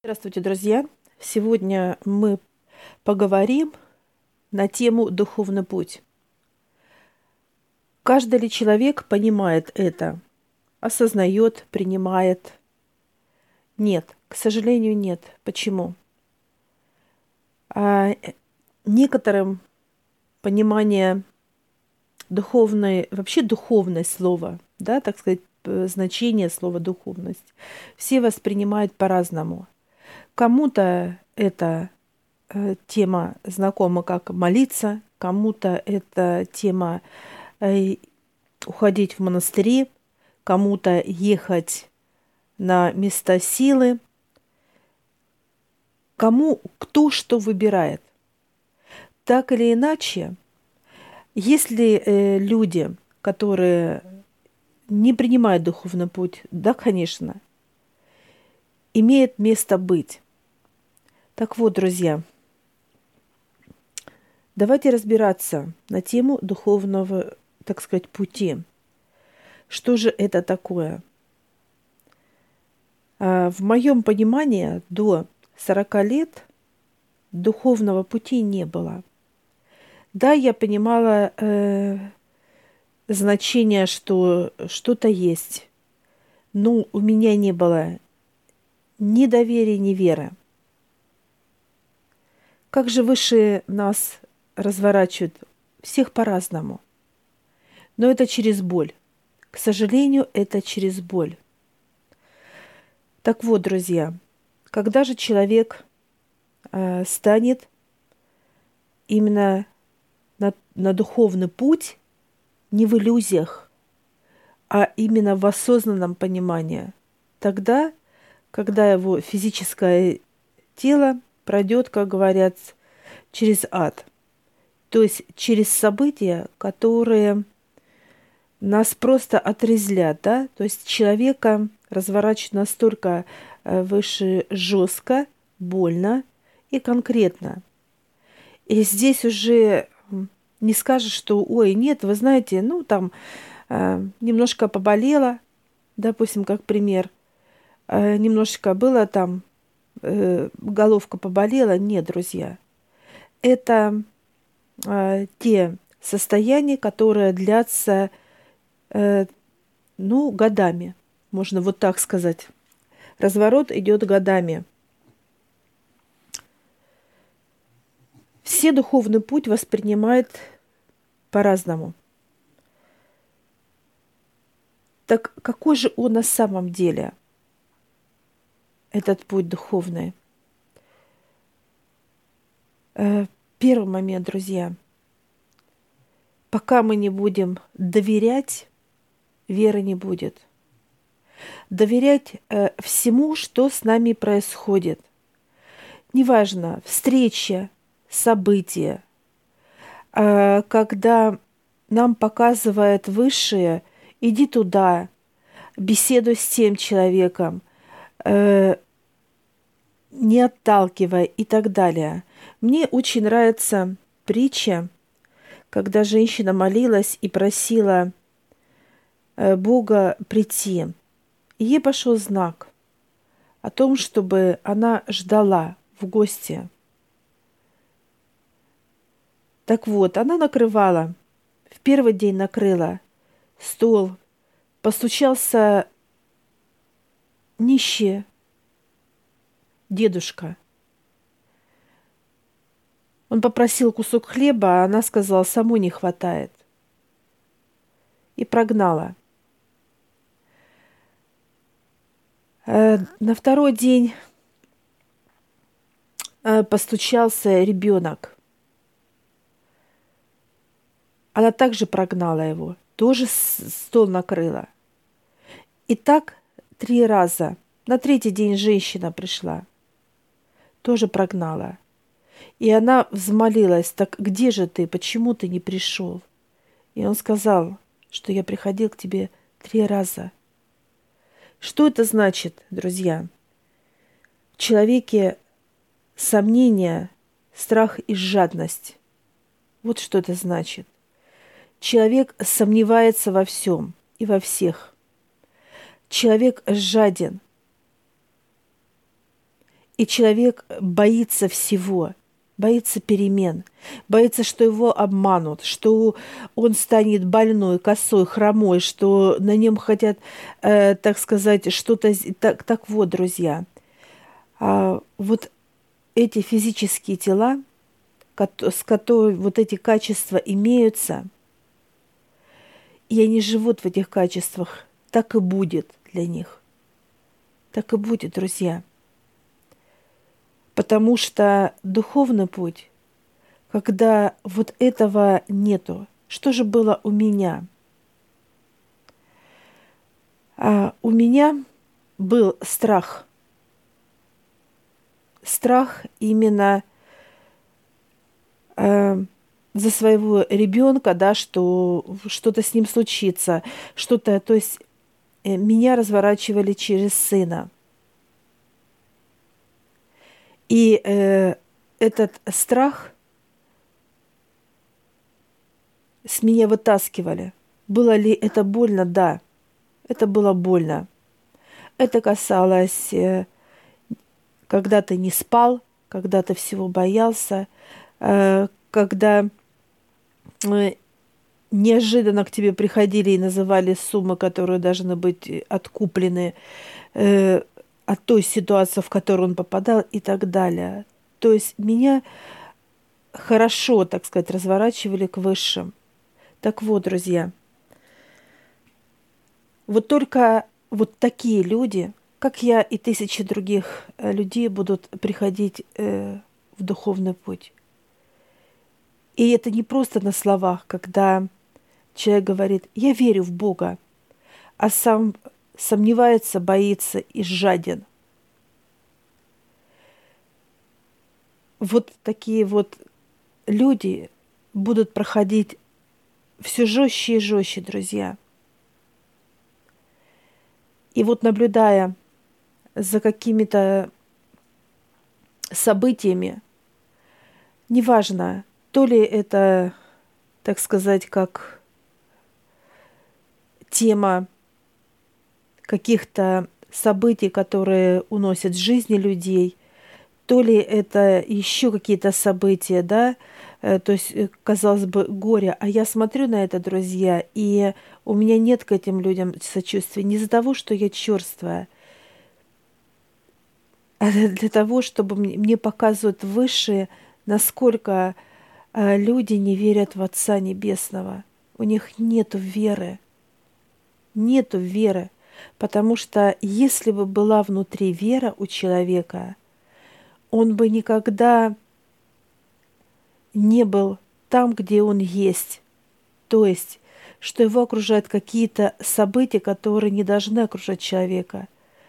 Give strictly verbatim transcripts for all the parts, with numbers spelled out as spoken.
Здравствуйте, друзья! Сегодня мы поговорим на тему «Духовный путь». Каждый ли человек понимает это, осознает, принимает? Нет, к сожалению, нет. Почему? А некоторым понимание духовной, вообще духовное слово, да, так сказать, значение слова «духовность», все воспринимают по-разному. Кому-то это э, тема знакома как молиться, кому-то это тема э, уходить в монастыри, кому-то ехать на места силы, кому кто что выбирает. Так или иначе, если э, люди, которые не принимают духовный путь, да, конечно, имеет место быть. Так вот, друзья, давайте разбираться на тему духовного, так сказать, пути. Что же это такое? В моем понимании до сорока лет духовного пути не было. Да, я понимала э, значение, что что-то есть, но у меня не было ни доверия, ни веры. Как же выше нас разворачивают? Всех по-разному. Но это через боль. К сожалению, это через боль. Так вот, друзья, когда же человек э, станет именно на, на духовный путь, не в иллюзиях, а именно в осознанном понимании, тогда, когда его физическое тело пройдет, как говорят, через ад, то есть через события, которые нас просто отрезлят, да, то есть человека разворачивают настолько выше жестко, больно и конкретно. И здесь уже не скажешь, что, ой, нет, вы знаете, ну там э, немножко поболело, допустим, как пример, э, немножечко было там, э, головка поболела. Нет, друзья, это э, те состояния, которые длятся, э, ну, годами, можно вот так сказать. Разворот идет годами. Все духовный путь воспринимают по-разному. Так какой же он на самом деле, этот путь духовный? Первый момент, друзья. Пока мы не будем доверять, веры не будет. Доверять э, всему, что с нами происходит. Неважно, встреча, события, э, когда нам показывает высшее, иди туда, беседуй с тем человеком, э, не отталкивай и так далее. Мне очень нравится притча, когда женщина молилась и просила Бога прийти. И ей пошел знак о том, чтобы она ждала в гости. Так вот, она накрывала, в первый день накрыла стол, постучался нищий дедушка. Он попросил кусок хлеба, а она сказала, самой не хватает. И прогнала. На второй день постучался ребенок. Она также прогнала его, тоже стол накрыла. И так три раза. На третий день женщина пришла, тоже прогнала. И она взмолилась, так где же ты, почему ты не пришел? И он сказал, что я приходил к тебе три раза. Что это значит, друзья? В человеке сомнение, страх и жадность. Вот что это значит. Человек сомневается во всем и во всех. Человек жаден. И человек боится всего, боится перемен, боится, что его обманут, что он станет больной, косой, хромой, что на нем хотят, э, так сказать, что-то... Так, так вот, друзья, а вот эти физические тела, с которыми вот эти качества имеются, и они живут в этих качествах, так и будет для них. Так и будет, друзья. Потому что духовный путь, когда вот этого нету, что же было у меня? А у меня был страх. Страх именно э, за своего ребенка, да, что что-то с ним случится, что-то, то есть э, меня разворачивали через сына. И э, этот страх с меня вытаскивали. Было ли это больно? Да, это было больно. Это касалось, э, когда ты не спал, когда ты всего боялся, э, когда э, неожиданно к тебе приходили и называли суммы, которые должны быть откуплены э, от той ситуации, в которую он попадал, и так далее. То есть меня хорошо, так сказать, разворачивали к высшим. Так вот, друзья, вот только вот такие люди, как я и тысячи других э, людей, будут приходить э, в духовный путь. И это не просто на словах, когда человек говорит: «Я верю в Бога», а сам сомневается, боится и жаден. Вот такие вот люди будут проходить все жестче и жестче, друзья. И вот наблюдая за какими-то событиями, неважно, то ли это, так сказать, как тема каких-то событий, которые уносят жизни людей, то ли это еще какие-то события, да, то есть, казалось бы, горе. А я смотрю на это, друзья, и у меня нет к этим людям сочувствия не из-за того, что я черствая, а для того, чтобы мне показывают высшие, насколько люди не верят в Отца Небесного. У них нету веры. Нету веры. Потому что если бы была внутри вера у человека, он бы никогда не был там, где он есть. То есть, что его окружают какие-то события, которые не должны окружать человека.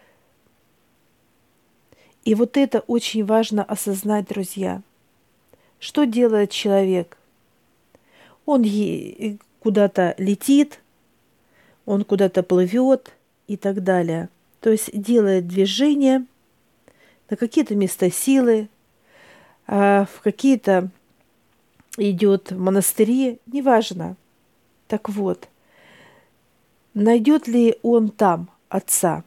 И вот это очень важно осознать, друзья. Что делает человек? Он куда-то летит, он куда-то плывет и так далее. То есть делает движение на какие-то места силы, в какие-то идет в монастыри, неважно. Так вот, найдет ли он там Отца?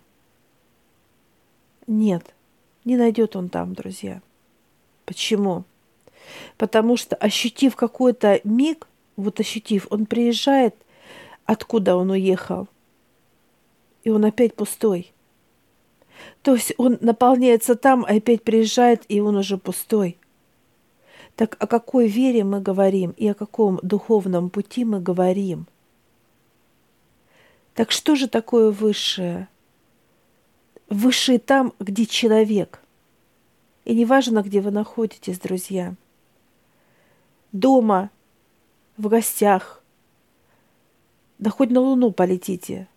Нет, не найдет он там, друзья. Почему? Потому что, ощутив какой-то миг, вот ощутив, он приезжает, откуда он уехал, и он опять пустой. То есть он наполняется там, а опять приезжает, и он уже пустой. Так о какой вере мы говорим и о каком духовном пути мы говорим? Так что же такое высшее? Высшее там, где человек. И не важно, где вы находитесь, друзья. Дома, в гостях, да хоть на Луну полетите.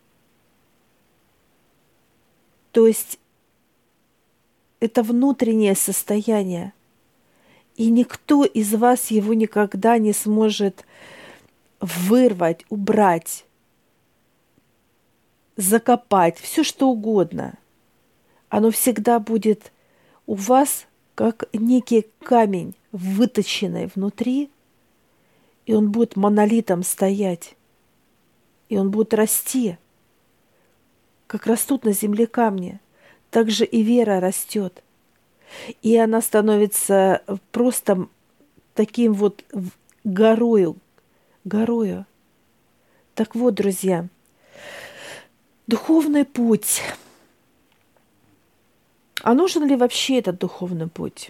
То есть это внутреннее состояние. И никто из вас его никогда не сможет вырвать, убрать, закопать, все что угодно. Оно всегда будет у вас как некий камень, выточенный внутри, и он будет монолитом стоять, и он будет расти, как растут на земле камни. Так же и вера растет. И она становится просто таким вот горою, горою. Так вот, друзья, духовный путь. А нужен ли вообще этот духовный путь?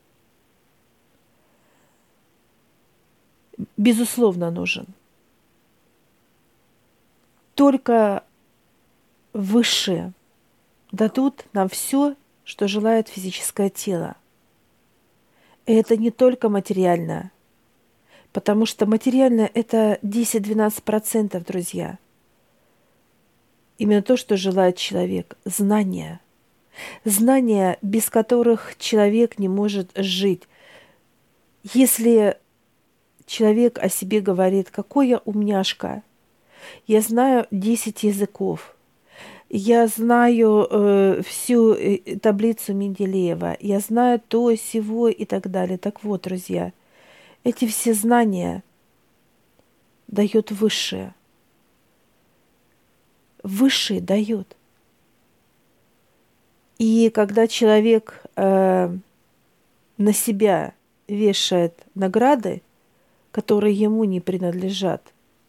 Безусловно, нужен. Только высшие дадут нам все, что желает физическое тело. И это не только материально, потому что материально это десять-двенадцать процентов, друзья. Именно то, что желает человек. Знания. Знания, без которых человек не может жить. Если человек о себе говорит, какой я умняшка, я знаю десять языков, я знаю э, всю э, таблицу Менделеева, я знаю то, сего и так далее. Так вот, друзья, эти все знания дает высшее. Высшее дает. И когда человек э, на себя вешает награды, которые ему не принадлежат,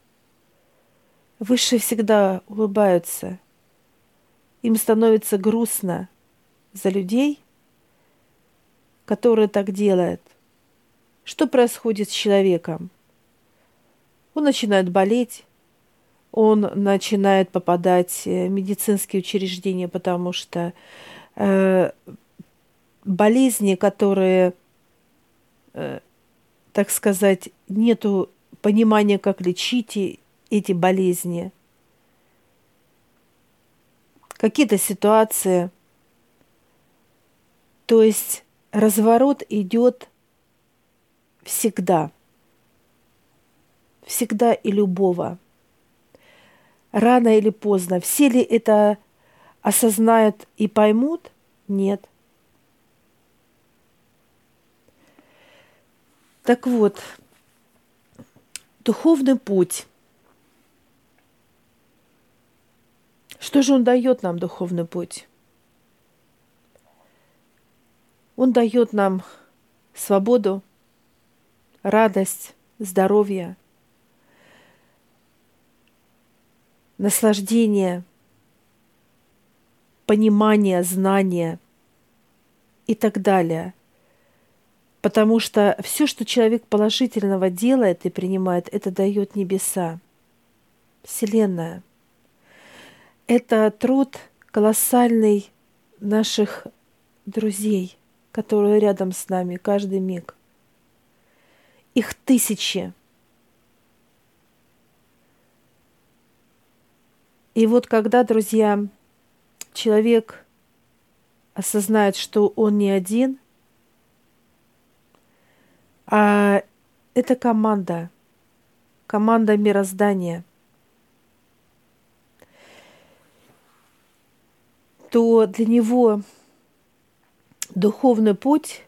высшие всегда улыбаются. Им становится грустно за людей, которые так делают. Что происходит с человеком? Он начинает болеть, он начинает попадать в медицинские учреждения, потому что э, болезни, которые, э, так сказать, нету понимания, как лечить эти болезни, какие-то ситуации. То есть разворот идет всегда. Всегда и любого. Рано или поздно. Все ли это осознают и поймут? Нет. Так вот, духовный путь. Что же он дает нам, духовный путь? Он дает нам свободу, радость, здоровье, наслаждение, понимание, знание и так далее. Потому что все, что человек положительного делает и принимает, это дает небеса, Вселенная. Это труд колоссальный наших друзей, которые рядом с нами каждый миг. Их тысячи. И вот когда, друзья, человек осознает, что он не один, а это команда, команда мироздания, то для него духовный путь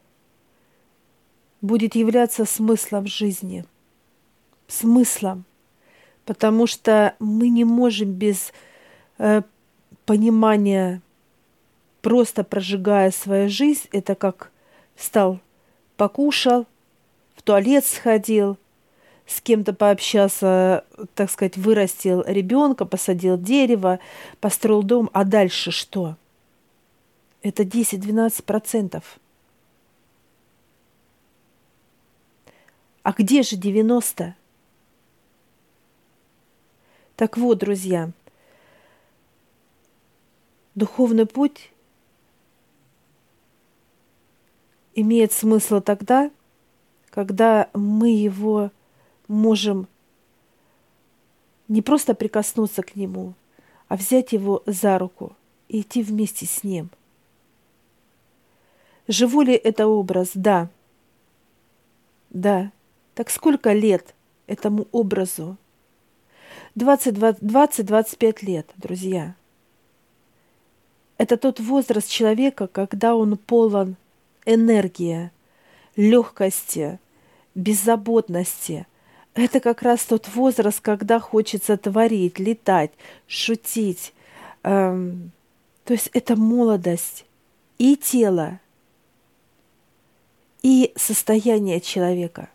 будет являться смыслом жизни. Смыслом. Потому что мы не можем без э, понимания, просто прожигая свою жизнь, это как встал, покушал, в туалет сходил, с кем-то пообщался, так сказать, вырастил ребенка, посадил дерево, построил дом, а дальше что? Это десять-двенадцать процентов. А где же девяносто? Так вот, друзья, духовный путь имеет смысл тогда, когда мы его можем не просто прикоснуться к нему, а взять его за руку и идти вместе с ним. Живу ли это образ? Да. Да. Так сколько лет этому образу? двадцать-двадцать пять лет, друзья. Это тот возраст человека, когда он полон энергии, легкости, беззаботности. Это как раз тот возраст, когда хочется творить, летать, шутить. Эм, то есть это молодость и тела, и состояние человека.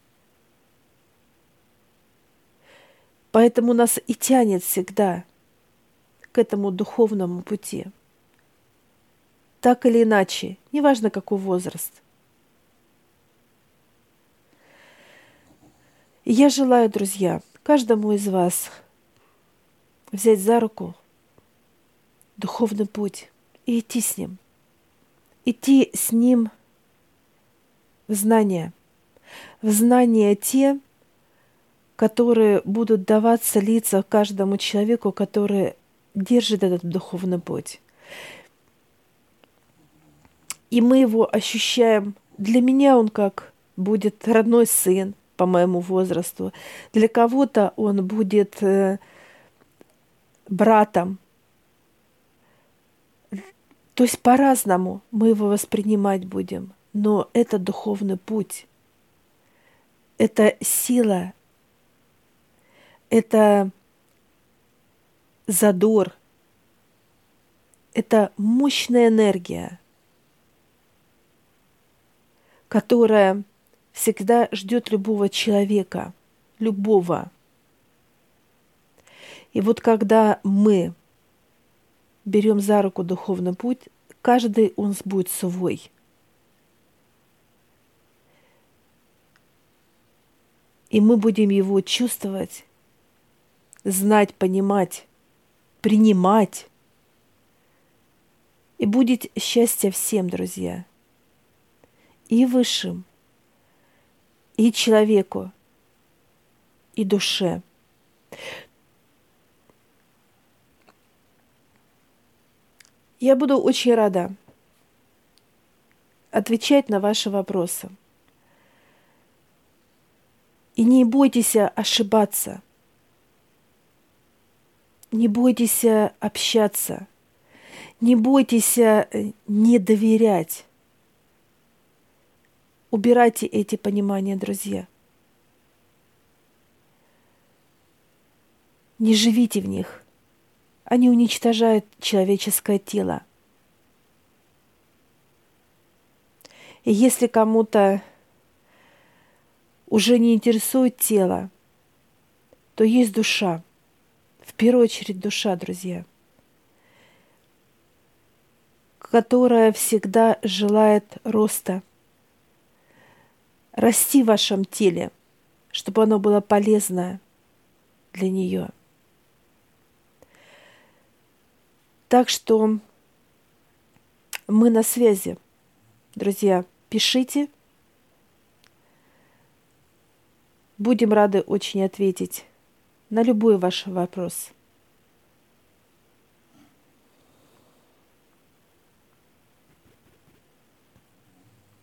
Поэтому нас и тянет всегда к этому духовному пути. Так или иначе, неважно какой возраст. И я желаю, друзья, каждому из вас взять за руку духовный путь и идти с ним. Идти с ним в знания. В знания те, которые будут даваться лица каждому человеку, который держит этот духовный путь. И мы его ощущаем. Для меня он как будет родной сын по моему возрасту. Для кого-то он будет э, братом. То есть по-разному мы его воспринимать будем. Но это духовный путь. Это сила. Это задор. Это мощная энергия, которая всегда ждет любого человека, любого. И вот когда мы берем за руку духовный путь, каждый у нас будет свой. И мы будем его чувствовать, знать, понимать, принимать. И будет счастье всем, друзья. И высшим, и человеку, и душе. Я буду очень рада отвечать на ваши вопросы. И не бойтесь ошибаться. Не бойтесь общаться. Не бойтесь не доверять. Убирайте эти понимания, друзья. Не живите в них. Они уничтожают человеческое тело. И если кому-то уже не интересует тело, то есть душа. В первую очередь душа, друзья, которая всегда желает роста, расти в вашем теле, чтобы оно было полезно для нее. Так что мы на связи, друзья. Пишите. Будем рады очень ответить на любой ваш вопрос.